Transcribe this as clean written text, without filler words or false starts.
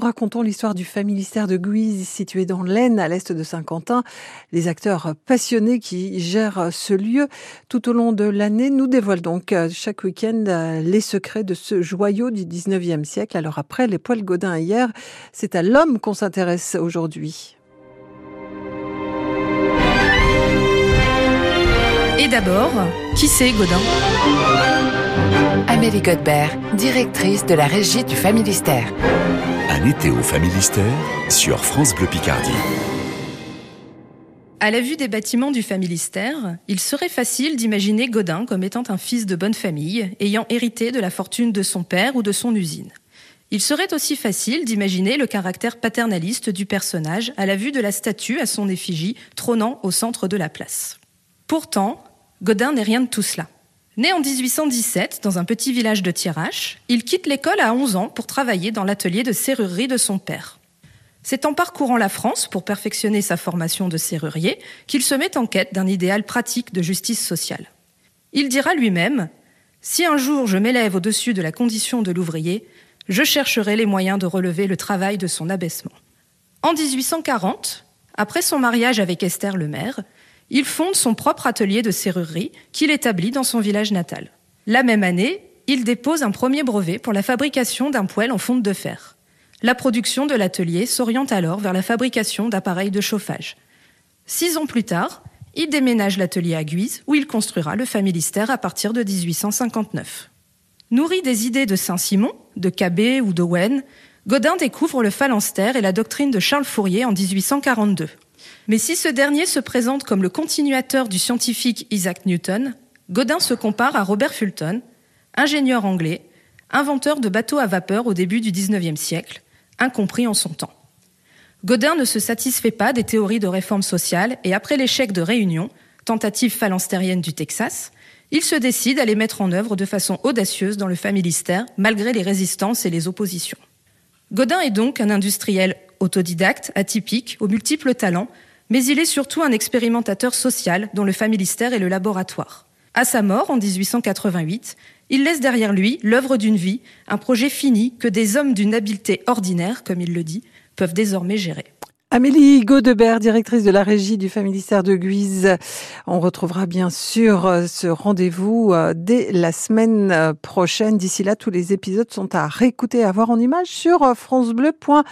racontons l'histoire du Familistère de Guise, situé dans l'Aisne, à l'est de Saint-Quentin. Les acteurs passionnés qui gèrent ce lieu tout au long de l'année nous dévoilent donc chaque week-end les secrets de ce joyau du 19e siècle. Alors après les poêles Gaudin hier, c'est à l'homme qu'on s'intéresse aujourd'hui. Et d'abord, qui c'est Gaudin ? Amélie Godbert, directrice de la régie du Familistère. Un été au Familistère sur France Bleu Picardie. À la vue des bâtiments du Familistère, il serait facile d'imaginer Gaudin comme étant un fils de bonne famille, ayant hérité de la fortune de son père ou de son usine. Il serait aussi facile d'imaginer le caractère paternaliste du personnage à la vue de la statue à son effigie trônant au centre de la place. Pourtant, Gaudin n'est rien de tout cela. Né en 1817 dans un petit village de Thiérache, il quitte l'école à 11 ans pour travailler dans l'atelier de serrurerie de son père. C'est en parcourant la France pour perfectionner sa formation de serrurier qu'il se met en quête d'un idéal pratique de justice sociale. Il dira lui-même « Si un jour je m'élève au-dessus de la condition de l'ouvrier, je chercherai les moyens de relever le travail de son abaissement. » En 1840, après son mariage avec Esther Lemaire, il fonde son propre atelier de serrurerie qu'il établit dans son village natal. La même année, il dépose un premier brevet pour la fabrication d'un poêle en fonte de fer. La production de l'atelier s'oriente alors vers la fabrication d'appareils de chauffage. 6 ans plus tard, il déménage l'atelier à Guise où il construira le Familistère à partir de 1859. Nourri des idées de Saint-Simon, de Cabet ou d'Owen, Gaudin découvre le phalanstère et la doctrine de Charles Fourier en 1842. Mais si ce dernier se présente comme le continuateur du scientifique Isaac Newton, Gaudin se compare à Robert Fulton, ingénieur anglais, inventeur de bateaux à vapeur au début du XIXe siècle, incompris en son temps. Gaudin ne se satisfait pas des théories de réforme sociale et après l'échec de Réunion, tentative phalanstérienne du Texas, il se décide à les mettre en œuvre de façon audacieuse dans le Familistère, malgré les résistances et les oppositions. Gaudin est donc un industriel autodidacte, atypique, aux multiples talents, mais il est surtout un expérimentateur social dont le Familistère est le laboratoire. À sa mort, en 1888, il laisse derrière lui l'œuvre d'une vie, un projet fini que des hommes d'une habileté ordinaire, comme il le dit, peuvent désormais gérer. Amélie Godbert, directrice de la régie du Familistère de Guise. On retrouvera bien sûr ce rendez-vous dès la semaine prochaine. D'ici là, tous les épisodes sont à réécouter et à voir en images sur francebleu.fr.